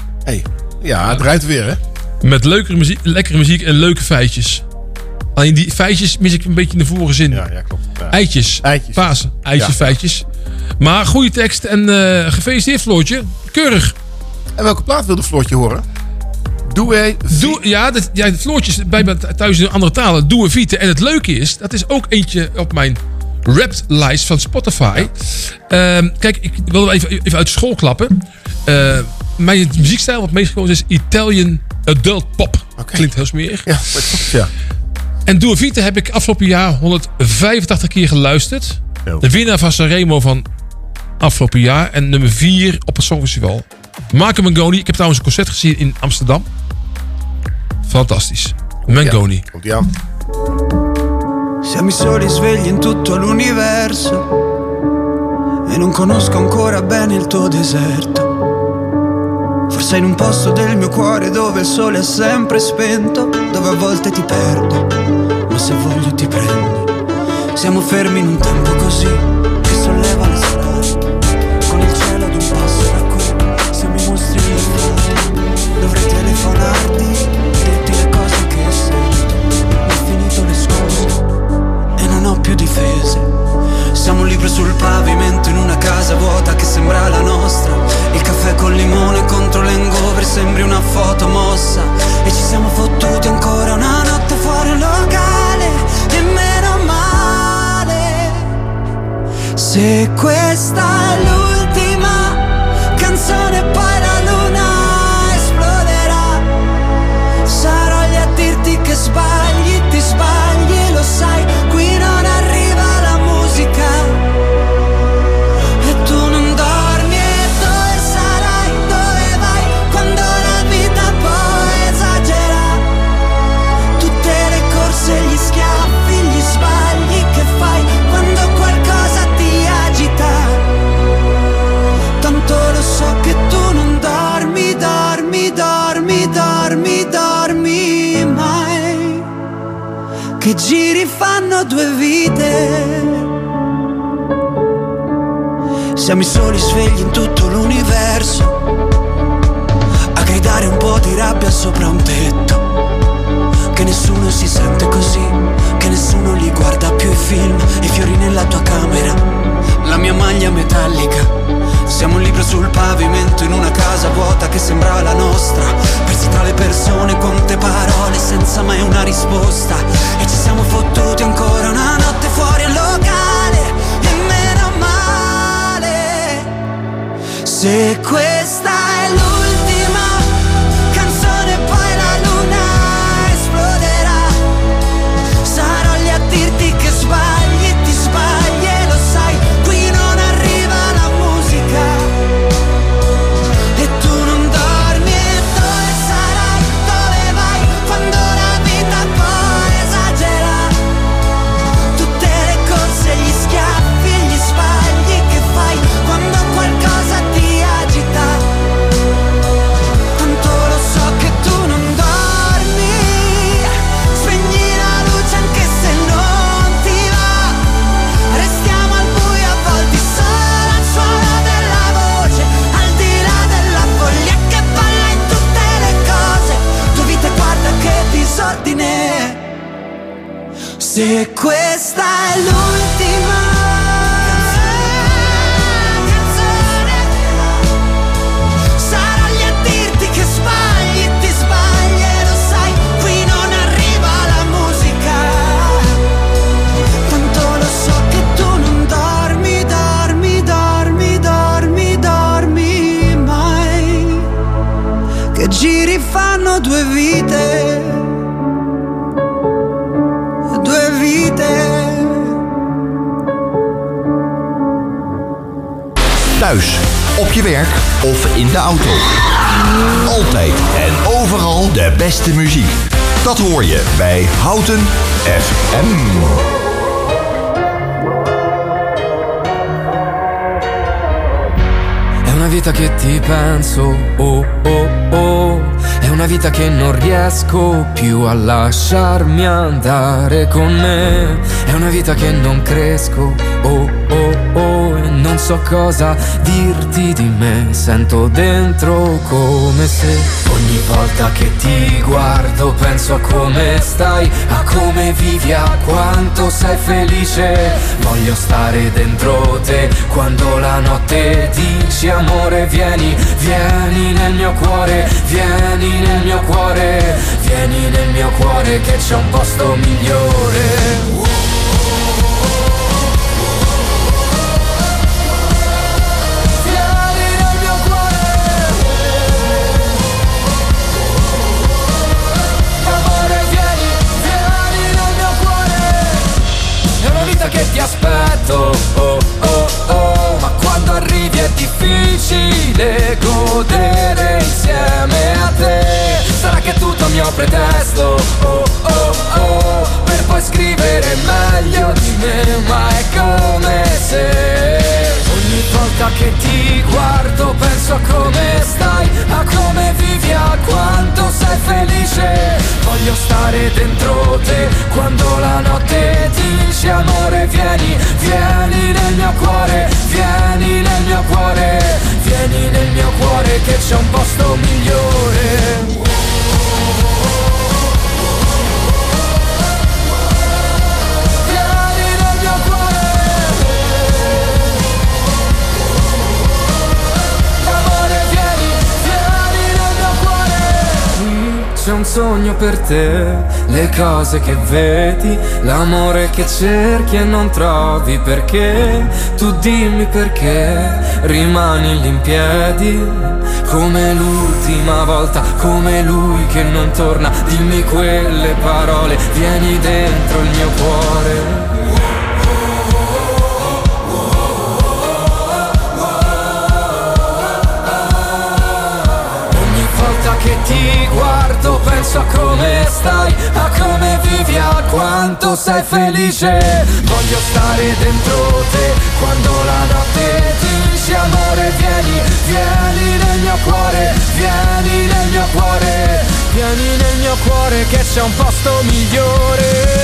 Ja, het rijdt weer, hè? Met lekkere muziek en leuke feitjes. Alleen die feitjes mis ik een beetje in de vorige zin. Ja, klopt. Ja. Eitjes. Pasen. Eitjes, feitjes. Maar goede tekst en gefeliciteerd, Floortje. Keurig. En welke plaat wilde Floortje horen? De Floortjes bij me thuis in andere talen. Doe Vite. En het leuke is, dat is ook eentje op mijn Wrapped-lijst van Spotify. Kijk, ik wil even uit de school klappen. Mijn muziekstijl wat meest gekozen is Italian Adult Pop. Klinkt heel smerig. Ja. En Doe Vite heb ik afgelopen jaar 185 keer geluisterd. De winnaar van Sanremo van afgelopen jaar. En nummer 4 op het Songfestival. Marco Mengoni. Ik heb trouwens een concert gezien in Amsterdam. Fantastisch. Mengoni. Komt ie aan. Siamo i soli svegli in tutto l'universo e non conosco ancora bene il tuo deserto. Forse in un posto del mio cuore dove il sole è sempre spento, dove a volte ti perdo, ma se voglio ti prendo. Siamo fermi in un tempo così che solleva le strade, con il cielo ad un passo da qui. Siamo i mostri del fuoco. Dovrei telefonarti, dirti le cose che sento. Ho finito le scuse e non ho più difese. Siamo un libro sul pavimento in una casa vuota che sembra la nostra. Il caffè col limone contro l'hangover sembri una foto mossa. E ci siamo fottuti ancora una notte fuori un locale. E meno male. Se questa è l'ultima canzone poi la luna esploderà. Sarò lì a dirti che sbagli, ti sbagli, lo sai. Qui non arriva la musica e tu non dormi. E dove sarai, dove vai, quando la vita poi esagera. Tutte le corse, gli schiaffi, gli sbagli che fai quando qualcosa ti agita. Tanto lo so che tu non dormi, dormi, dormi, dormi, dormi mai. Che giri fanno 2 vite. Siamo i soli svegli in tutto l'universo, a gridare un po' di rabbia sopra un tetto che nessuno si sente così, che nessuno li guarda più i film, i fiori nella tua camera, la mia maglia metallica. Siamo un libro sul pavimento in una casa vuota che sembra la nostra, persi tra le persone, quante parole senza mai una risposta. E ci siamo fottuti ancora una notte fuori al locale, e meno male. Se questa è l'ultima canzone poi la luna esploderà, sarò lì a dirti che sbagli, ti sbagli e lo sai, qui non arriva la musica e tu non dormi. E dove sarai, dove vai, quando la vita poi esagera, tutte le corse, gli schiaffi, gli sbagli che fai quando qualcosa ti agita. Tanto lo so che tu non dormi, spegni la luce anche se non ti va, restiamo al buio avvolti solo al suono della voce, al di là della follia che balla in tutte le cose. Tua vita guarda che disordine, se questa è l'ultima canzone, sarò lì a dirti che sbagli, ti sbagli e lo sai, qui non arriva la musica. Tanto lo so che tu non dormi, dormi, dormi, dormi, dormi mai, che giri fanno due vite, due vite. Thuis, op je werk of in de auto. Altijd en overal de beste muziek. Dat hoor je bij Houten FM. È una vita che ti penso, oh oh oh. È una vita che non riesco più a lasciarmi andare con me. È una vita che non cresco, oh oh oh. E non so cosa dirti di me. Sento dentro come se ogni volta che ti guardo penso a come stai, a come vivi, a quanto sei felice. Voglio stare dentro te quando la notte dici amore vieni, vieni nel mio cuore, vieni nel mio cuore, vieni nel mio cuore che c'è un posto migliore. Che ti aspetto, oh oh oh, ma quando arrivi è difficile godere insieme a te. Sarà che è tutto a mio pretesto, oh oh oh, per poi scrivere meglio di me, ma è come se ogni volta che ti guardo penso a come stai, a come vivi, a quanto sei felice. Voglio stare dentro te quando la notte dici amore vieni, vieni nel mio cuore, vieni nel mio cuore, vieni nel mio cuore che c'è un posto migliore. C'è un sogno per te, le cose che vedi, l'amore che cerchi e non trovi, perché tu dimmi perché rimani lì in piedi come l'ultima volta, come lui che non torna. Dimmi quelle parole, vieni dentro il mio cuore. Che ti guardo penso a come stai, a come vivi, a quanto sei felice. Voglio stare dentro te quando la notte dici amore vieni, vieni nel mio cuore, vieni nel mio cuore, vieni nel mio cuore che c'è un posto migliore.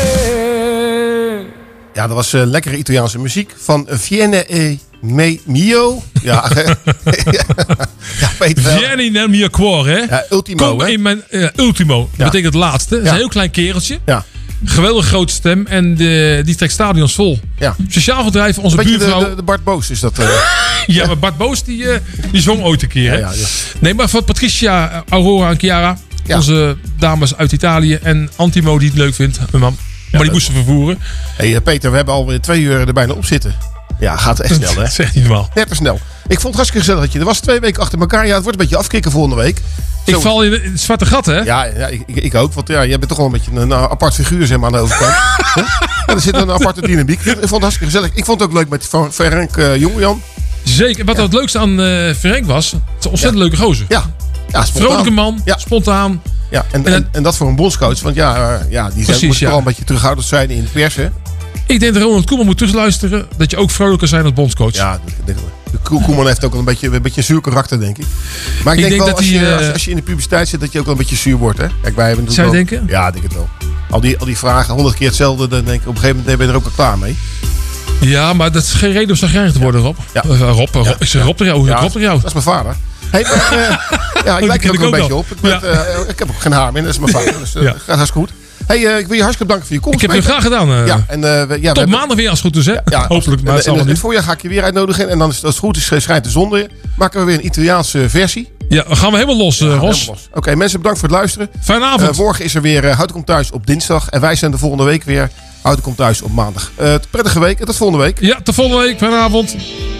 Ja, dat was lekkere Italiaanse muziek van Viene e Mio. Ja, ja, Peter. Vieni nel mio cuore, hè? Ja, ultimo, Kom hè? in mijn ultimo. Dat betekent het laatste. Dat is een heel klein kereltje. Ja. Geweldig grote stem. En die trekt stadions vol. Ja. Sociaal bedrijf, onze Beetje buurvrouw. de Bart Boos is dat. Ja, maar Bart Boos die zong ooit een keer. Hè? Ja. Nee, maar voor Patricia, Aurora en Chiara. Ja. Onze dames uit Italië. En Antimo die het leuk vindt. Mijn man. Maar die moesten vervoeren. Hey, Peter, we hebben alweer 2 uur er bijna op zitten. Ja, gaat echt snel, hè? Dat zegt niet normaal. Net te snel. Ik vond het hartstikke gezellig dat je er was 2 weken achter elkaar. Ja, het wordt een beetje afkicken volgende week. Ik val in het zwarte gat, hè? Ja, ik ook. Want jij bent toch wel een beetje een apart figuur, zeg maar, aan de overkant. Ja, er zit een aparte dynamiek. Ik vond het hartstikke gezellig. Ik vond het ook leuk met Ferenc Jongejan. Zeker. Wat het leukste aan Ferenc was, het is een ontzettend leuke gozer. Ja, spontaan. Vrolijke man, spontaan. Ja, en dat voor een bondscoach. Want die Precies, moet wel een beetje terughoudend zijn in de pers, hè? Ik denk dat Ronald Koeman moet terugluisteren. Dat je ook vrolijker zijn als bondscoach. Ja, Koeman heeft ook wel een beetje een zuur karakter, denk ik. Maar ik denk wel, dat als je in de publiciteit zit, dat je ook wel een beetje zuur wordt, hè? Kijk, wij hebben zou je denken? Ja, ik denk het wel. Al die vragen, 100 keer hetzelfde, dan denk ik op een gegeven moment ben je er ook wel klaar mee. Ja, maar dat is geen reden om zagrijnig te worden, Rob. Ja. Rob, ik zeg Rob tegen jou. Dat is mijn vader. Hey, maar, ik lijk er ook wel een beetje op. Ik heb ook geen haar meer, dat is mijn vader. Dus gaat hartstikke goed. Hey, ik wil je hartstikke bedanken voor je komst. Ik heb je graag gedaan. Tot maandag weer als het goed is, hè? Ja, hopelijk. Maar in het voorjaar ga ik je weer uitnodigen. En dan, als het goed is, schijnt de zon weer. Maken we weer een Italiaanse versie. Ja, dan gaan we helemaal los, Ros. Oké, mensen, bedankt voor het luisteren. Fijne avond. Morgen is er weer Houten komt thuis op dinsdag. En wij zijn de volgende week weer Houten komt thuis op maandag. Prettige week en tot volgende week. Ja, tot volgende week. Fijne avond.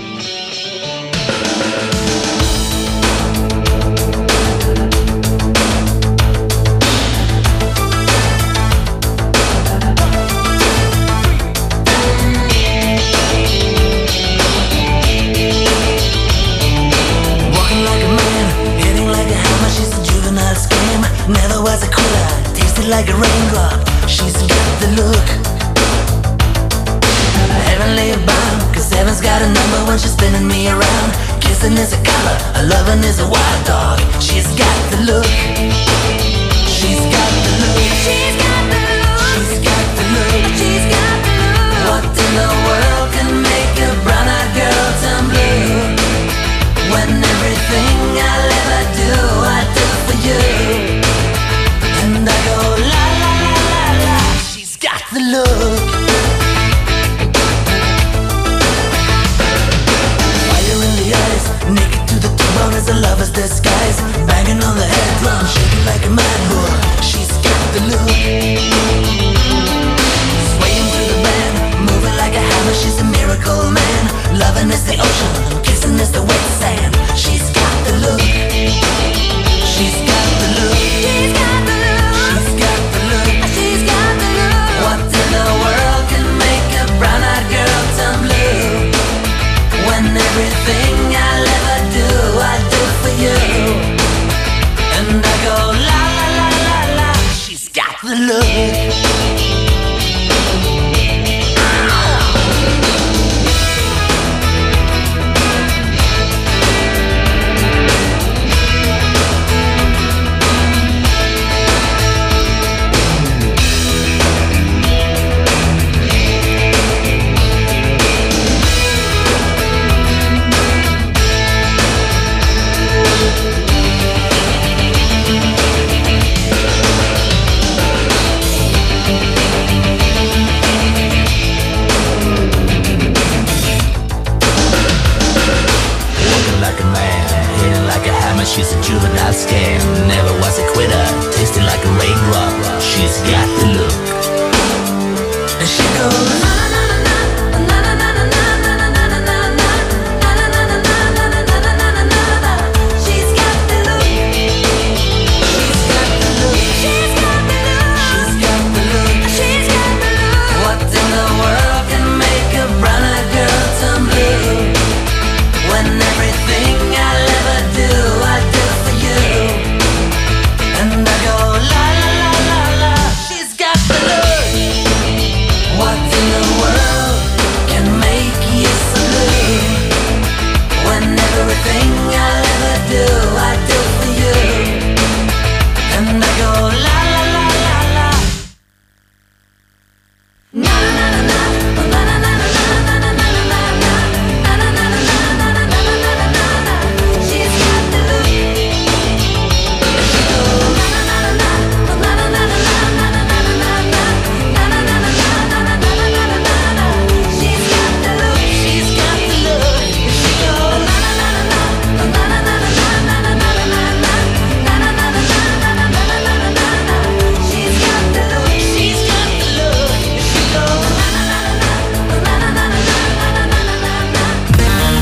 Never was a quitter, tasted like a raindrop. She's got the look. Heavenly bound, cause heaven's got a number when she's spinning me around. Kissing is a color, a loving is a wild dog. She's got the look. She's got the look. She's got the look. She's got the look. She's got the look. What in the world can make a brown-eyed girl turn blue? When everything I'll ever do, I do for you. And I go la la la la la. She's got the look. Fire in the eyes, naked to the bone as a lover's disguise. Banging on the head drum, shaking like a mad bull. She's got the look. Swaying through the band, moving like a hammer. She's a miracle man. Loving is the ocean, kissing is the wet sand. She's got the look. She's got the look. She's got the look. She's got the look. She's got the look. What in the world can make a brown-eyed girl turn blue? When everything I'll ever do, I do for you. And I go la la la la la. She's got the look.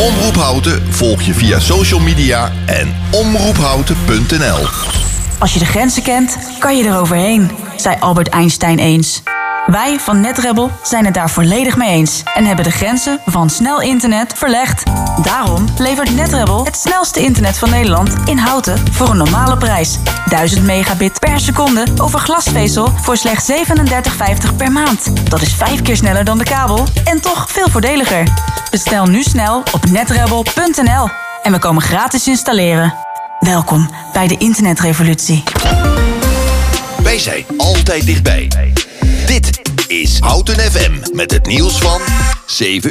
Omroep Houten volg je via social media en omroephouten.nl. Als je de grenzen kent, kan je eroverheen, zei Albert Einstein eens. Wij van NetRebel zijn het daar volledig mee eens en hebben de grenzen van snel internet verlegd. Daarom levert NetRebel het snelste internet van Nederland in Houten voor een normale prijs. 1000 megabit per seconde over glasvezel voor slechts €37,50 per maand. Dat is 5 keer sneller dan de kabel en toch veel voordeliger. Bestel nu snel op netrebel.nl en we komen gratis installeren. Welkom bij de internetrevolutie. Wij zijn altijd dichtbij. Dit is Houten FM met het nieuws van 7